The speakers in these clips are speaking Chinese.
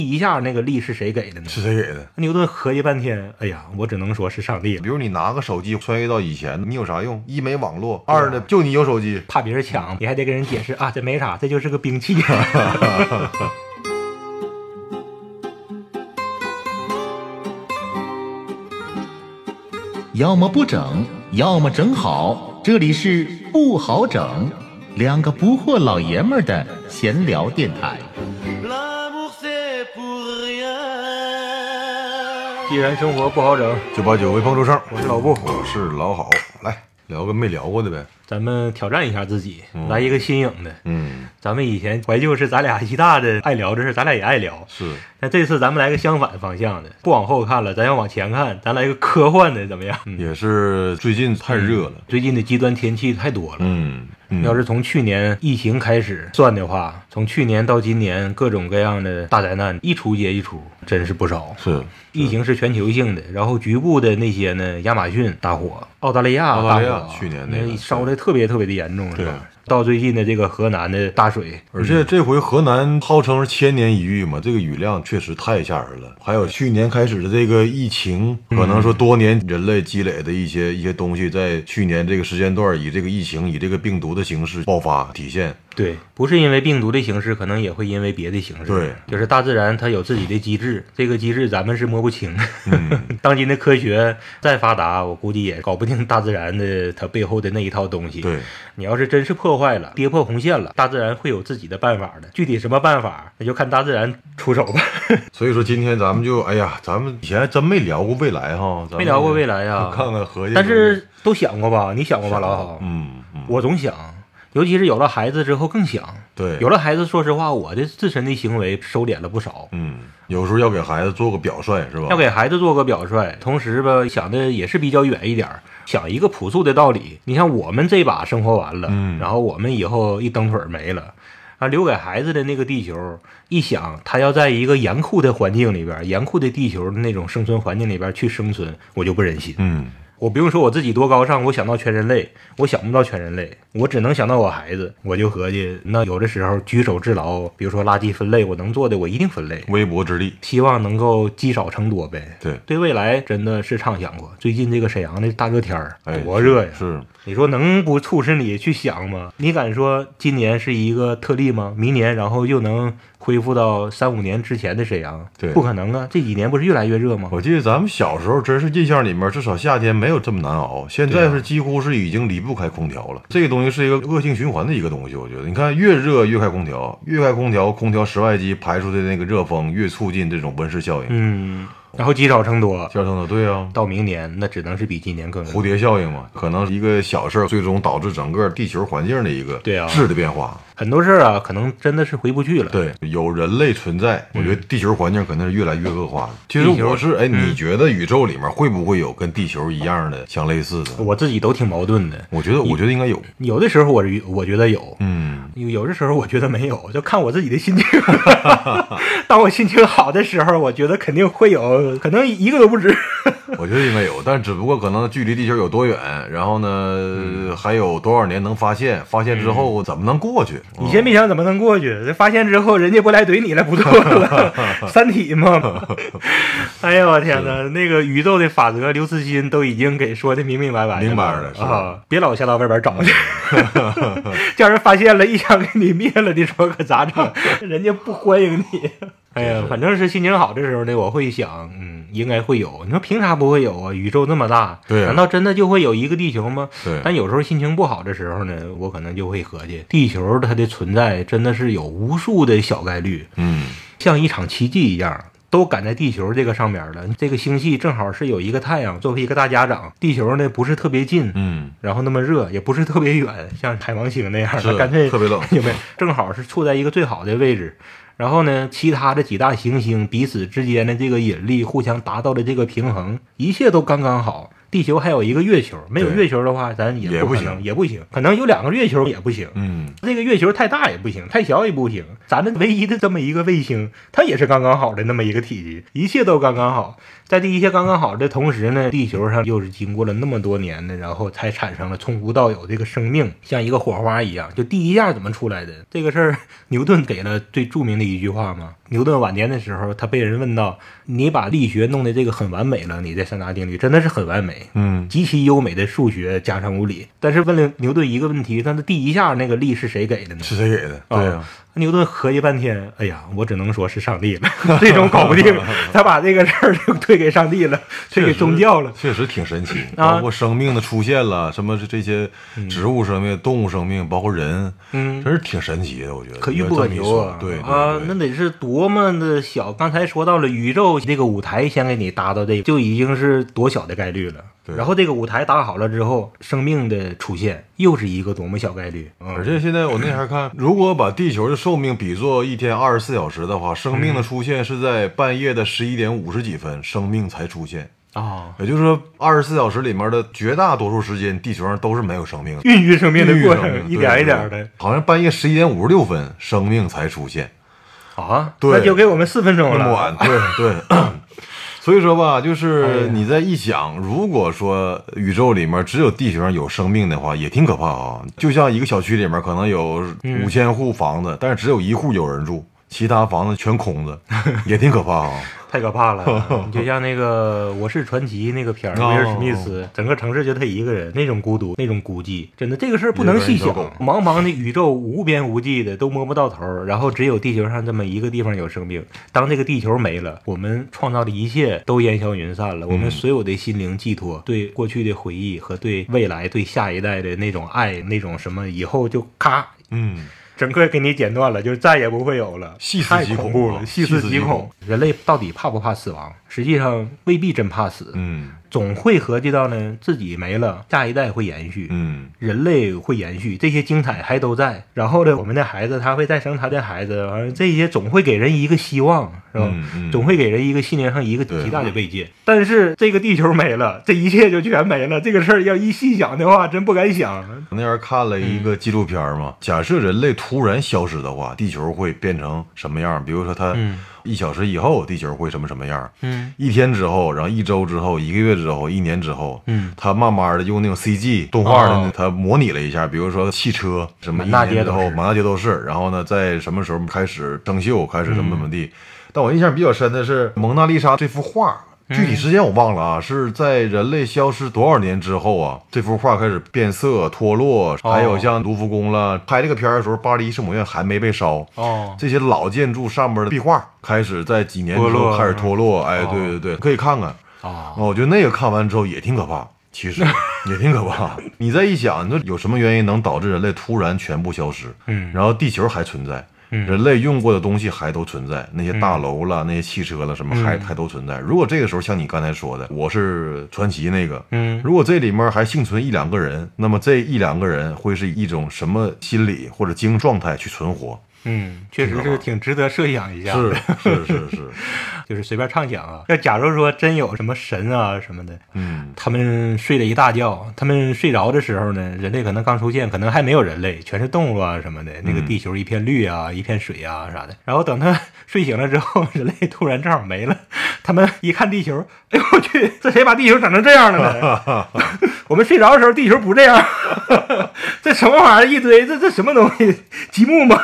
一下那个力是谁给的呢？ 是谁给的？ 牛顿合计半天，哎呀，我只能说是上帝了。 比如你拿个手机穿越到以前，你有啥用？一没网络，二呢就你有手机， 怕别人抢，你还得跟人解释啊，这没啥，这就是个兵器。 要么不整，要么整好，这里是不好整，两个不惑老爷们儿的闲聊电台。 既然生活不好整 ，989微胖周生， 我是老布， 我是老好，来聊个没聊过的呗。 咱们挑战一下自己，来一个新颖的。咱们以前怀旧是咱俩一大的爱聊的事，咱俩也爱聊。 是， 那这次咱们来个相反方向的，不往后看了，咱要往前看，咱来个科幻的，怎么样？ 也是最近太热了， 最近的极端天气太多了。要是从去年疫情开始算的话，从去年到今年，各种各样的大灾难一出接一出，真是不少。 是， 疫情是全球性的，然后局部的那些呢，亚马逊大火，澳大利亚大火， 去年那个烧的特别特别的严重，是吧？到最近的这个河南的大水， 而且这回河南号称是千年一遇嘛，这个雨量确实太吓人了。还有去年开始的这个疫情，可能说多年人类积累的一些东西，在去年这个时间段以这个疫情以这个病毒的形式爆发体现。 对，不是因为病毒的形式，可能也会因为别的形式。 对， 就是大自然它有自己的机制，这个机制咱们是摸不清。当今的科学再发达，我估计也搞不定大自然的它背后的那一套东西。 对， 你要是真是破坏了，跌破红线了，大自然会有自己的办法的。具体什么办法，那就看大自然出手吧。 所以说今天咱们就，哎呀，咱们以前还真没聊过未来哈， 没聊过未来呀。 看看合计， 但是都想过吧？你想过吧，老好？我总想。尤其是有了孩子之后更想， 对， 有了孩子，说实话，我的自身的行为收敛了不少。 有时候要给孩子做个表率，是吧？ 要给孩子做个表率，同时吧，想的也是比较远一点，想一个朴素的道理。你像我们这把生活完了，然后我们以后一蹬腿没了，啊，留给孩子的那个地球，一想他要在一个严酷的环境里边，严酷的地球的那种生存环境里边去生存，我就不忍心。我不用说我自己多高尚，我想到全人类，我想不到全人类，我只能想到我孩子。我就合计，那有的时候举手之劳，比如说垃圾分类，我能做的我一定分类， 微薄之力， 希望能够积少成多呗。对未来真的是畅想过。最近这个沈阳的大热天儿，多热呀！ 是， 你说能不促使你去想吗？你敢说今年是一个特例吗？明年然后又能恢复到3-5年之前的沈阳？ 对， 不可能啊！这几年不是越来越热吗？ 我记得咱们小时候真是印象里面，至少夏天没有这么难熬。现在是几乎是已经离不开空调了。这个东西是一个恶性循环的一个东西，我觉得。你看，越热越开空调，越开空调，空调室外机排出的那个热风越促进这种温室效应。 然后积少成多， 对啊， 到明年那只能是比今年更蝴蝶效应嘛，可能一个小事最终导致整个地球环境的一个质的变化。 很多事啊，可能真的是回不去了。 对，有人类存在，我觉得地球环境可能是越来越恶化了。其实我是，你觉得宇宙里面会不会有跟地球一样的相类似的？ 我自己都挺矛盾的。 我觉得应该有。 有的时候我觉得有，有的时候我觉得没有，就看我自己的心情。当我心情好的时候，我觉得肯定会有，可能一个都不止。 我觉得应该有，但只不过可能距离地球有多远，然后呢，还有多少年能发现？发现之后怎么能过去？ 你先别想怎么能过去，这发现之后人家不来怼你了，不错了。三体嘛。哎呦我天哪，那个宇宙的法则，刘慈欣都已经给说的明明白白了啊！别老下到外边找去，叫人发现了，一枪给你灭了，你说可咋整？人家不欢迎你。哎呀，反正是心情好的时候呢，我会想，应该会有。你说凭啥不会有啊？宇宙这么大，难道真的就会有一个地球吗？但有时候心情不好的时候呢，我可能就会合计，地球它的存在真的是有无数的小概率，像一场奇迹一样。都赶在地球这个上面了，这个星系正好是有一个太阳作为一个大家长，地球呢不是特别近，然后那么热，也不是特别远，像海王星那样的，干脆特别冷， 有没有？正好是处在一个最好的位置。然后呢，其他的几大行星彼此之间的这个引力互相达到了这个平衡，一切都刚刚好。地球还有一个月球，没有月球的话，咱也不可能，也不行。可能有2个月球也不行。这个月球太大也不行，太小也不行。 咱这唯一的这么一个卫星，它也是刚刚好的那么一个体积，一切都刚刚好。在这一切刚刚好的同时呢，地球上又是经过了那么多年的，然后才产生了从无到有这个生命，像一个火花一样。就第一下怎么出来的这个事儿，牛顿给了最著名的一句话嘛。牛顿晚年的时候，他被人问到，你把力学弄得这个很完美了，你这三大定律真的是很完美，极其优美的数学加上物理。但是问了牛顿一个问题，他的第一下那个力是谁给的呢？ 是谁给的？对啊。 牛顿合计半天，哎呀，我只能说是上帝了，这种搞不定，他把这个事儿就推给上帝了，推给宗教了， 确实挺神奇。包括生命的出现了，什么这些植物生命、动物生命，包括人，真是挺神奇的，我觉得可遇不可求啊。 对啊，那得是多么的小。刚才说到了宇宙这个舞台，先给你搭到这个，就已经是多小的概率了。然后这个舞台搭好了之后，生命的出现又是一个多么小概率。 而且现在我那天看，如果把地球的寿命比作一天24小时的话，生命的出现是在半夜的11点50几分，生命才出现。也就是说24小时里面的绝大多数时间，地球上都是没有生命的， 孕育生命的过程，一点一点的。 好像半夜11点56分，生命才出现。对， 那就给我们4分钟了。 对。所以说吧，就是你在一想，如果说宇宙里面只有地球上有生命的话，也挺可怕啊。就像一个小区里面可能有5000户房子，但是只有1户有人住，其他房子全空着，也挺可怕啊。 太可怕了，就像那个《我是传奇》那个片儿，威尔史密斯，整个城市就他一个人，那种孤独，那种孤寂，真的这个事儿不能细想。茫茫的宇宙无边无际的，都摸不到头，然后只有地球上这么一个地方有生命。当这个地球没了，我们创造的一切都烟消云散了，我们所有的心灵寄托，对过去的回忆和对未来、对下一代的那种爱，那种什么，以后就咔，整个给你剪断了，就再也不会有了，太恐怖了，细思极恐。人类到底怕不怕死亡？实际上未必真怕死，总会合计到呢，自己没了，下一代会延续，人类会延续，这些精彩还都在。然后呢，我们的孩子他会再生他的孩子，这些总会给人一个希望，是吧？总会给人一个心灵上一个极大的慰藉。但是这个地球没了，这一切就全没了。这个事儿要一细想的话，真不敢想。 那天看了一个纪录片嘛，假设人类突然消失的话，地球会变成什么样？比如说它1小时以后地球会什么样，1天之后，然后1周之后，1个月之后，1年之后，他慢慢的用那种 CG 动画的，他模拟了一下，比如说汽车什么1年之后满大街都是，然后呢在什么时候开始生锈，开始怎么地。但我印象比较深的是蒙娜丽莎这幅画，具体时间我忘了啊，是在人类消失多少年之后啊，这幅画开始变色脱落。还有像卢浮宫了，拍这个片的时候，巴黎圣母院还没被烧，这些老建筑上面的壁画开始在几年之后开始脱落。对，可以看看我觉得那个看完之后也挺可怕，其实也挺可怕。你再一想，你说有什么原因能导致人类突然全部消失，然后地球还存在，人类用过的东西还都存在，那些大楼了，那些汽车了，什么还都存在。如果这个时候像你刚才说的，我是传奇那个，如果这里面还幸存1-2个人，那么这1-2个人会是一种什么心理或者精神状态去存活？ 确实是挺值得设想一下的。 是， 就是随便畅想啊。要假如说真有什么神啊什么的，他们睡了一大觉，他们睡着的时候呢，人类可能刚出现，可能还没有人类，全是动物啊什么的，那个地球一片绿啊，一片水啊啥的。然后等他睡醒了之后，人类突然正好没了，他们一看地球，哎呦我去，这谁把地球整成这样了呢？我们睡着的时候地球不这样，这什么玩意儿一堆，这什么东西？积木吗？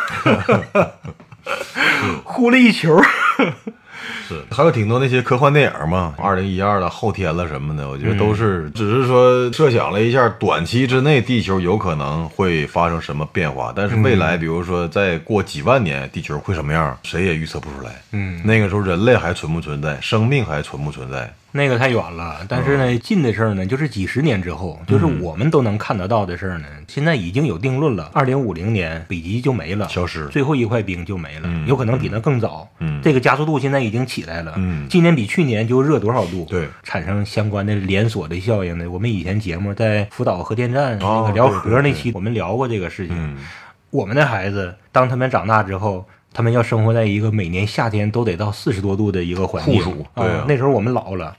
糊了一球。 是，还有挺多那些科幻电影嘛，2012了、后天了什么的，我觉得都是，只是说设想了一下，短期之内地球有可能会发生什么变化，但是未来，比如说再过几万年，地球会什么样，谁也预测不出来。那个时候人类还存不存在，生命还存不存在？ 那个太远了，但是呢，近的事儿呢，就是几十年之后，就是我们都能看得到的事儿呢，现在已经有定论了。2050年，北极就没了， 消失， 最后一块冰就没了，有可能比那更早。这个加速度现在已经起来了，今年比去年就热多少度？ 对， 产生相关的连锁的效应的。我们以前节目在福岛核电站那个聊核那期，我们聊过这个事情。我们的孩子，当他们长大之后，他们要生活在一个每年夏天都得到40多度的一个环境， 对那时候我们老了，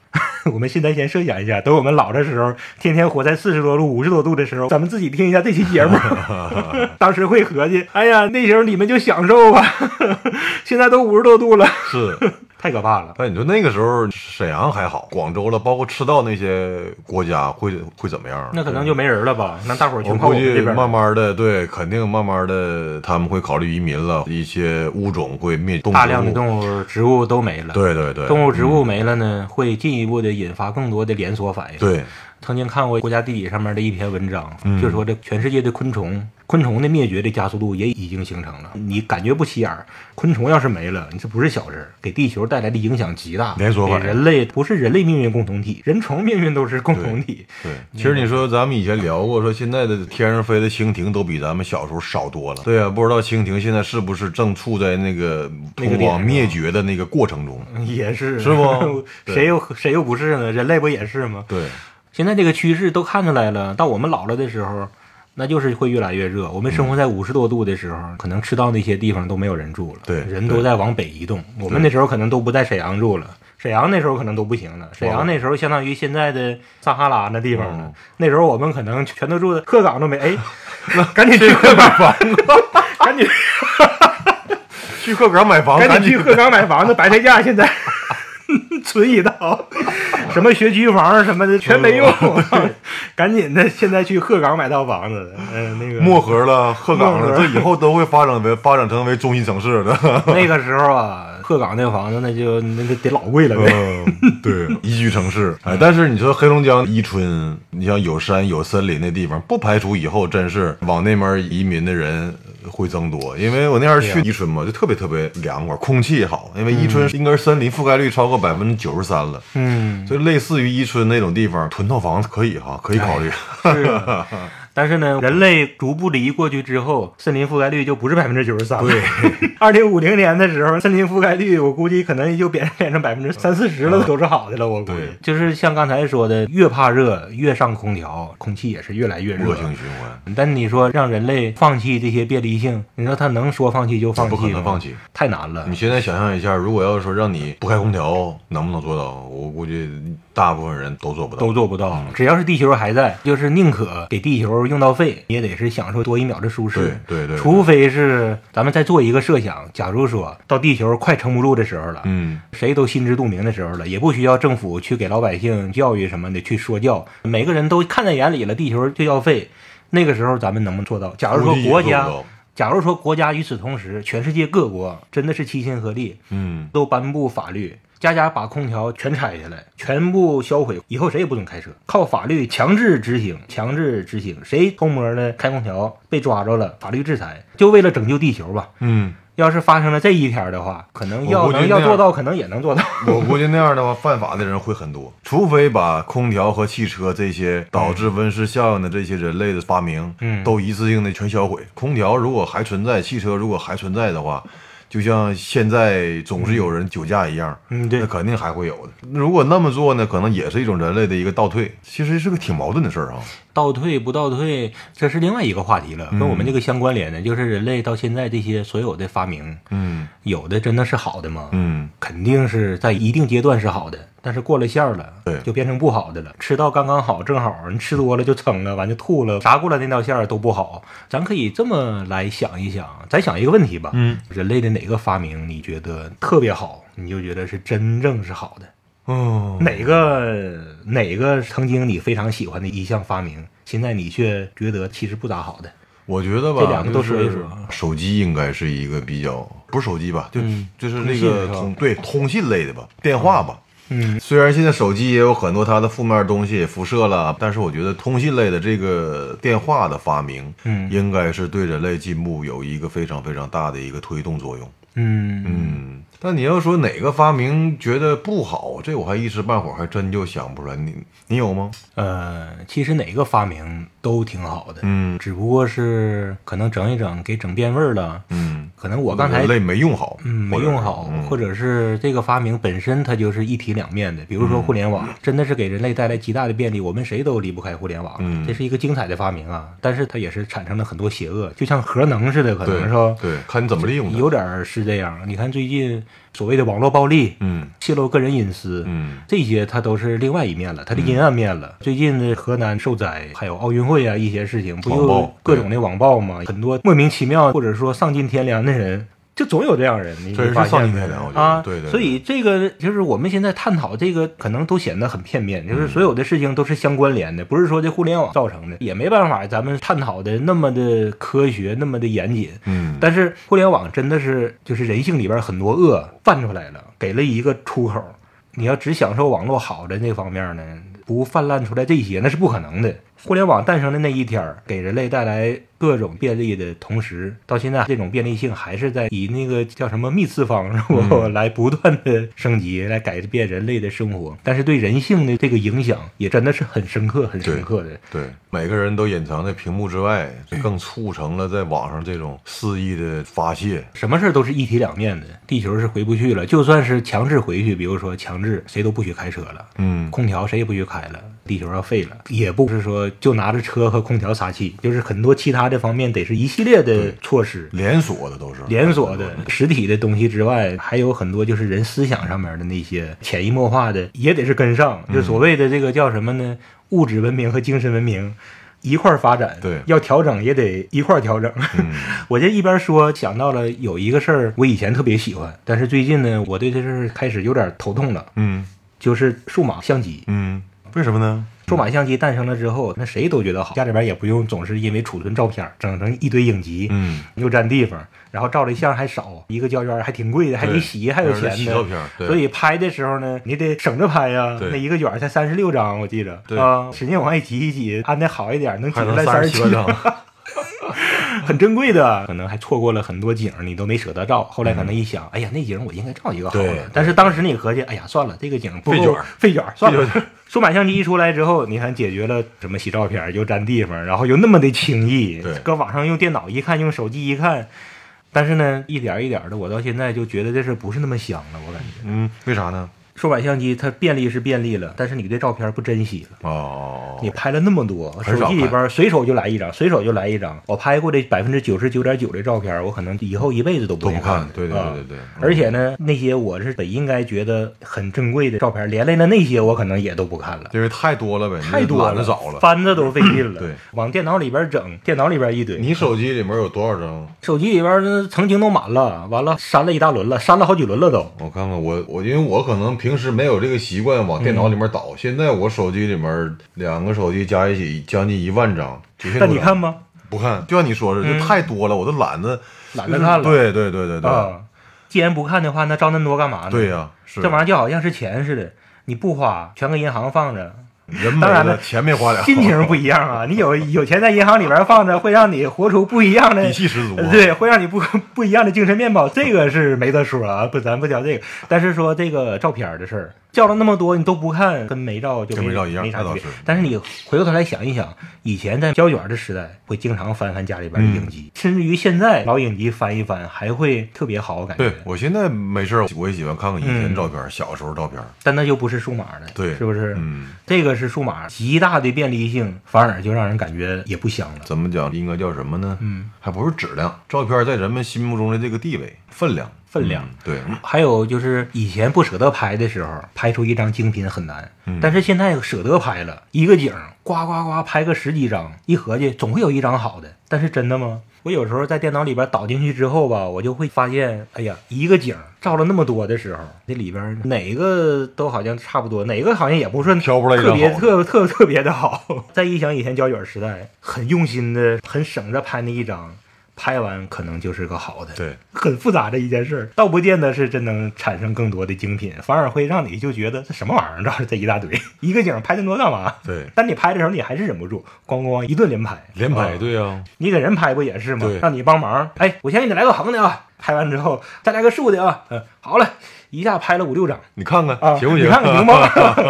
我们现在先设想一下，等我们老的时候，天天活在40多度、50多度的时候，咱们自己听一下这期节目，当时会合计，哎呀，那时候你们就享受吧，现在都50多度了， 是。 太可怕了。 但你说那个时候沈阳还好，广州了，包括赤道那些国家会怎么样？ 那可能就没人了吧？那大伙儿全靠我估计我们这边。 慢慢的，对，肯定慢慢的他们会考虑移民了，一些物种会灭， 大量的动物、植物都没了。 对对对， 动物、植物没了呢，会进一步的引发更多的连锁反应。 对。 曾经看过国家地理上面的一篇文章，就说这全世界的昆虫的灭绝的加速度也已经形成了。你感觉不起眼，昆虫要是没了，你这不是小事，给地球带来的影响极大。 连锁反应， 人类不是人类命运共同体，人虫命运都是共同体。 对，其实你说咱们以前聊过，说现在的天上飞的蜻蜓都比咱们小时候少多了。对啊，不知道蜻蜓现在是不是正处在那个通往灭绝的那个过程中？ 也是， 是不？ 谁又不是呢？人类不也是吗？ 对。 现在这个趋势都看出来了，到我们老了的时候，那就是会越来越热。我们生活在50多度的时候，可能赤道那些地方都没有人住了， 对， 人都在往北移动。我们那时候可能都不在沈阳住了，沈阳那时候可能都不行了。沈阳那时候相当于现在的撒哈拉那地方了。那时候我们可能全都住在鹤岗都没，哎，赶紧去鹤岗买房子，赶紧去鹤岗买房， 赶紧去鹤岗买房子，白菜价现在存一道。什么学区房什么的全没用，赶紧的，现在去鹤岗买套房子。那个漠河了，鹤岗了，这以后都会发展成为中心城市的。 那个时候啊，鹤岗那房子那个得老贵了呗。 对，宜居城市。哎，但是你说黑龙江伊春，你像有山有森林的地方，不排除以后真是往那边移民的人会增多。因为我那样去伊春嘛，就特别特别凉快，空气也好。因为伊春应该是森林覆盖率超过93%了。所以类似于伊春那种地方，囤套房子可以哈，可以考虑。 是。但是呢，人类逐步的移过去之后，森林覆盖率就不是93%。 对 ，2050年的时候，森林覆盖率我估计可能也就变成30-40%了，都是好的了。我估计就是像刚才说的，越怕热越上空调，空气也是越来越热， 恶性循环。 但你说让人类放弃这些便利性，你说他能说放弃就放弃吗？ 不可能放弃， 太难了。 你现在想象一下，如果要是说让你不开空调，能不能做到？我估计大部分人都做不到， 只要是地球还在，就是宁可给地球用到废，也得是享受多一秒的舒适。 对， 除非是咱们再做一个设想，假如说到地球快撑不住的时候了，谁都心知肚明的时候了，也不需要政府去给老百姓教育什么的去说教，每个人都看在眼里了，地球就要废。那个时候咱们能不能做到？假如说国家与此同时，全世界各国真的是齐心合力，都颁布法律，家把空调全拆下来，全部销毁，以后谁也不准开车，靠法律强制执行，谁偷摸的开空调被抓着了，法律制裁，就为了拯救地球吧。要是发生了这一天的话，可能要做到，可能也能做到。 我估计那样的话，犯法的人会很多，除非把空调和汽车这些导致温室效应的这些人类的发明，都一次性的全销毁。空调如果还存在，汽车如果还存在的话，就像现在总是有人酒驾一样， 对， 那肯定还会有的。如果那么做呢，可能也是一种人类的一个倒退，其实是个挺矛盾的事儿啊。 倒退不倒退，这是另外一个话题了，跟我们这个相关联的，就是人类到现在这些所有的发明，有的真的是好的吗？肯定是在一定阶段是好的，但是过了线了，就变成不好的了。吃到刚刚好，正好你吃多了就撑了，完就吐了，啥过了那条线都不好。咱可以这么来想一想，咱想一个问题吧，人类的哪个发明你觉得特别好，你就觉得是真正是好的？哪个曾经你非常喜欢的一项发明，现在你却觉得其实不咋好的？ 我觉得吧， 这两个都说一说。 手机应该是一个比较，不是手机吧，就是那个通信类的吧，电话吧。虽然现在手机也有很多它的负面东西辐射了，但是我觉得通信类的这个电话的发明，应该是对人类进步有一个非常非常大的一个推动作用。但你要说哪个发明觉得不好，这我还一时半会儿还真就想不出来。你有吗？ 其实哪个发明都挺好的，只不过是可能整一整给整变味儿了，可能我刚才人类没用好， 或者是这个发明本身它就是一体两面的。比如说互联网，真的是给人类带来极大的便利，我们谁都离不开互联网，这是一个精彩的发明啊。但是它也是产生了很多邪恶，就像核能似的，可能是吧？ 对，看你怎么利用它。 有点是这样。你看最近所谓的网络暴力， 嗯泄露个人隐私， 嗯这些它都是另外一面了，它的阴暗面了。最近的河南受灾，还有奥运会啊一些事情，不就网暴各种的网暴吗？很多莫名其妙或者说丧尽天良的人。就总有这样人，你这是发现丧尽天良，我觉得啊， 对对。 所以这个就是我们现在探讨这个，可能都显得很片面，就是所有的事情都是相关联的，不是说这互联网造成的，也没办法咱们探讨的那么的科学，那么的严谨。但是互联网真的是就是人性里边很多恶泛出来了，给了一个出口。你要只享受网络好的那方面呢，不泛滥出来这些，那是不可能的。互联网诞生的那一天，给人类带来各种便利的同时，到现在这种便利性还是在以那个叫什么幂次方来不断的升级，来改变人类的生活。但是对人性的这个影响也真的是很深刻、很深刻的。 对，每个人都隐藏在屏幕之外，更促成了在网上这种肆意的发泄。 什么事都是一体两面的，地球是回不去了，就算是强制回去，比如说强制谁都不许开车了，空调谁也不许开了，地球要废了，也不是说就拿着车和空调撒气，就是很多其他的方面得是一系列的措施， 连锁的都是连锁的实体的东西之外，还有很多就是人思想上面的那些潜移默化的也得是跟上，就所谓的这个叫什么呢？物质文明和精神文明一块发展， 对， 要调整也得一块调整。我这一边说想到了有一个事儿，我以前特别喜欢，但是最近呢，我对这事儿开始有点头痛了。就是数码相机。 为什么呢？ 数码相机诞生了之后，那谁都觉得好，家里边也不用总是因为储存照片整成一堆影集，又占地方，然后照的相还少，一个胶卷还挺贵的，还得洗，还有钱洗照片， 所以拍的时候呢，你得省着拍呀。那一个卷才36张，我记着啊，使劲往一挤一挤，安的好一点，能挤出来37张。很珍贵的，可能还错过了很多景，你都没舍得照。后来可能一想，哎呀，那景我应该照一个好的。但是当时你合计，哎呀，算了，这个景不够费卷，算了。数码相机一出来之后，你看解决了什么洗照片又占地方，然后又那么的轻易，搁网上用电脑一看，用手机一看。但是呢，一点一点的，我到现在就觉得这事不是那么香了，我感觉。 为啥呢？ 数码相机它便利是便利了，但是你对照片不珍惜了。你拍了那么多，手机里边随手就来一张，随手就来一张。我拍过的99.9%的照片，我可能以后一辈子都不会看。 对。 而且呢，那些我是本应该觉得很珍贵的照片，连累了那些我可能也都不看了， 因为太多了呗， 太多了， 找了， 翻着都费劲了。 对， 往电脑里边整，电脑里边一堆。 你手机里面有多少张？ 手机里边曾经都满了，完了删了一大轮了，删了好几轮了都。 我看看我因为我可能平时没有这个习惯往电脑里面导，现在我手机里面2个手机加一起将近1万张。 那你看吗？ 不看，就像你说的，就太多了，我都懒得看了。 对。 既然不看的话，那照那么多干嘛呢？ 对呀， 这玩意儿就好像是钱似的，你不花，全搁银行放着。 当然了，钱没花了， 心情不一样啊！你有钱在银行里边放着，会让你活出不一样的底气十足。 对，会让你不一样的精神面貌，这个是没得说啊。咱不聊这个，但是说这个照片的事儿，照了那么多你都不看，跟没照就没照一样， 没啥区别。但是你回过头来想一想，以前在胶卷的时代，会经常翻家里边的影集，甚至于现在老影集翻一翻，还会特别好，感觉。 对，我现在没事我也喜欢看看以前照片，小时候照片， 但那就不是数码的， 对， 是不是？这个是数码极大的便利性，反而就让人感觉也不香了。 怎么讲？应该叫什么呢？还不是质量，照片在人们心目中的这个地位、分量。对。 还有就是以前不舍得拍的时候，拍出一张精品很难，但是现在舍得拍了，一个景呱拍个10几张，一合计总会有一张好的。但是真的吗？我有时候在电脑里边导进去之后吧，我就会发现，哎呀，一个景照了那么多的时候，这里边哪个都好像差不多，哪个好像也不算挑不出来特别特别的好。再一想以前胶卷时代，很用心的，很省着拍那一张。拍完可能就是个好的， 对， 很复杂的一件事，倒不见得是真能产生更多的精品，反而会让你就觉得这什么玩意儿，照这一大堆，一个景拍这么多干嘛？ 对， 但你拍的时候你还是忍不住，咣一顿连拍， 对呀， 你给人拍不也是吗？ 对， 让你帮忙，哎，我先给你来个横的啊，拍完之后再来个竖的啊，好了。一下拍了5、6张， 你看看行不行？ 你看看行吗？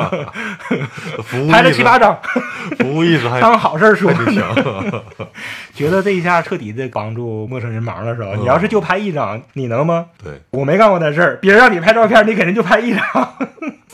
拍了7、8张， 服务意识还当好事说呢。觉得这一下彻底的帮助陌生人忙了是吧？你要是就拍1张，你能吗？ 对， 我没干过的事儿，别人让你拍照片，你给人就拍1张。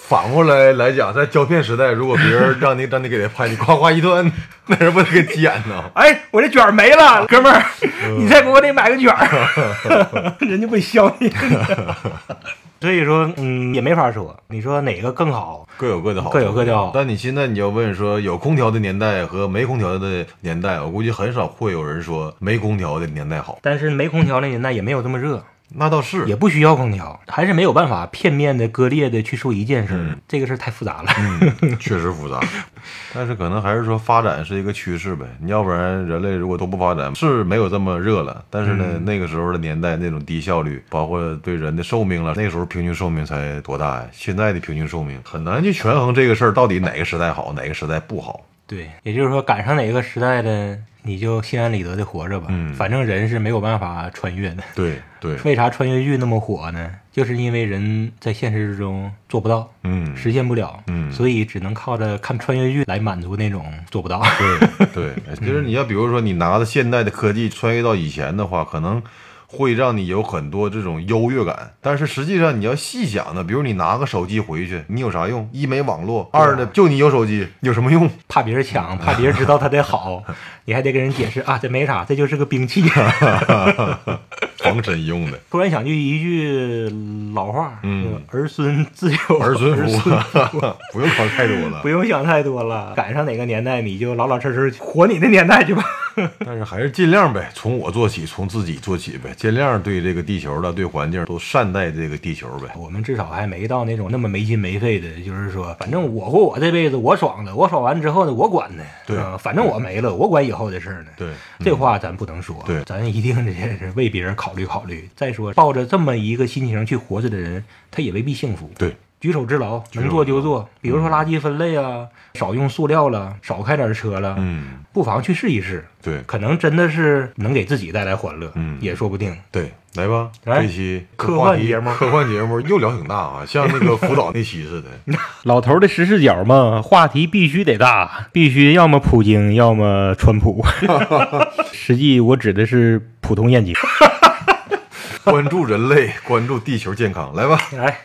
反过来讲，在胶片时代，如果别人让你给他拍，你夸夸一段，那人不得给剪呢？ 哎，我这卷儿没了，哥们儿，你再给我得买个卷儿，人家不削你。所以说，也没法说。你说哪个更好？ 各有各的好， 各有各的好。 但你现在你要问说有空调的年代和没空调的年代，我估计很少会有人说没空调的年代好。 但是没空调的年代也没有这么热。 那倒是， 也不需要空调，还是没有办法片面的割裂的去说一件事，这个事太复杂了。 确实复杂。但是可能还是说发展是一个趋势呗，你要不然人类如果都不发展，是没有这么热了。但是呢，那个时候的年代那种低效率，包括对人的寿命了，那时候平均寿命才多大呀？现在的平均寿命很难去权衡这个事儿到底哪个时代好，哪个时代不好。 对，也就是说赶上哪个时代的你就心安理得的活着吧。反正人是没有办法穿越的。 对对。 为啥穿越剧那么火呢？就是因为人在现实之中做不到，实现不了，所以只能靠着看穿越剧来满足那种做不到。 对对，就是你要比如说你拿着现代的科技穿越到以前的话，可能会让你有很多这种优越感，但是实际上你要细想呢，比如你拿个手机回去，你有啥用？一没网络，二呢就你有手机，有什么用？ 怕别人抢，怕别人知道它的好，你还得跟人解释啊，这没啥，这就是个兵器， 防身用的。 突然想起一句老话，儿孙自有儿孙福，不用考太多了， 不用想太多了，赶上哪个年代你就老老实实活你的年代去吧。 但是还是尽量呗，从我做起，从自己做起呗，尽量对这个地球的、对环境都善待这个地球呗。 我们至少还没到那种那么没心没肺的，就是说，反正我过我这辈子我爽的，我爽完之后呢，我管呢。 对， 反正我没了，我管以后的事呢。 对， 这话咱不能说。 对， 咱一定得是为别人考虑考虑。再说，抱着这么一个心情去活着的人，他也未必幸福。 对。 举手之劳，能做就做。比如说垃圾分类啊，少用塑料了，少开点车了，不妨去试一试。 对， 可能真的是能给自己带来欢乐，也说不定。 对，来吧，这期科幻节目又聊挺大啊，像那个福岛那期似的。 老头的十视角嘛，话题必须得大，必须要么普京，要么川普。实际我指的是普通眼睛。 关注人类，关注地球健康，来吧， 来。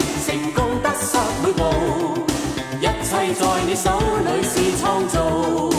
在你手裏是創造。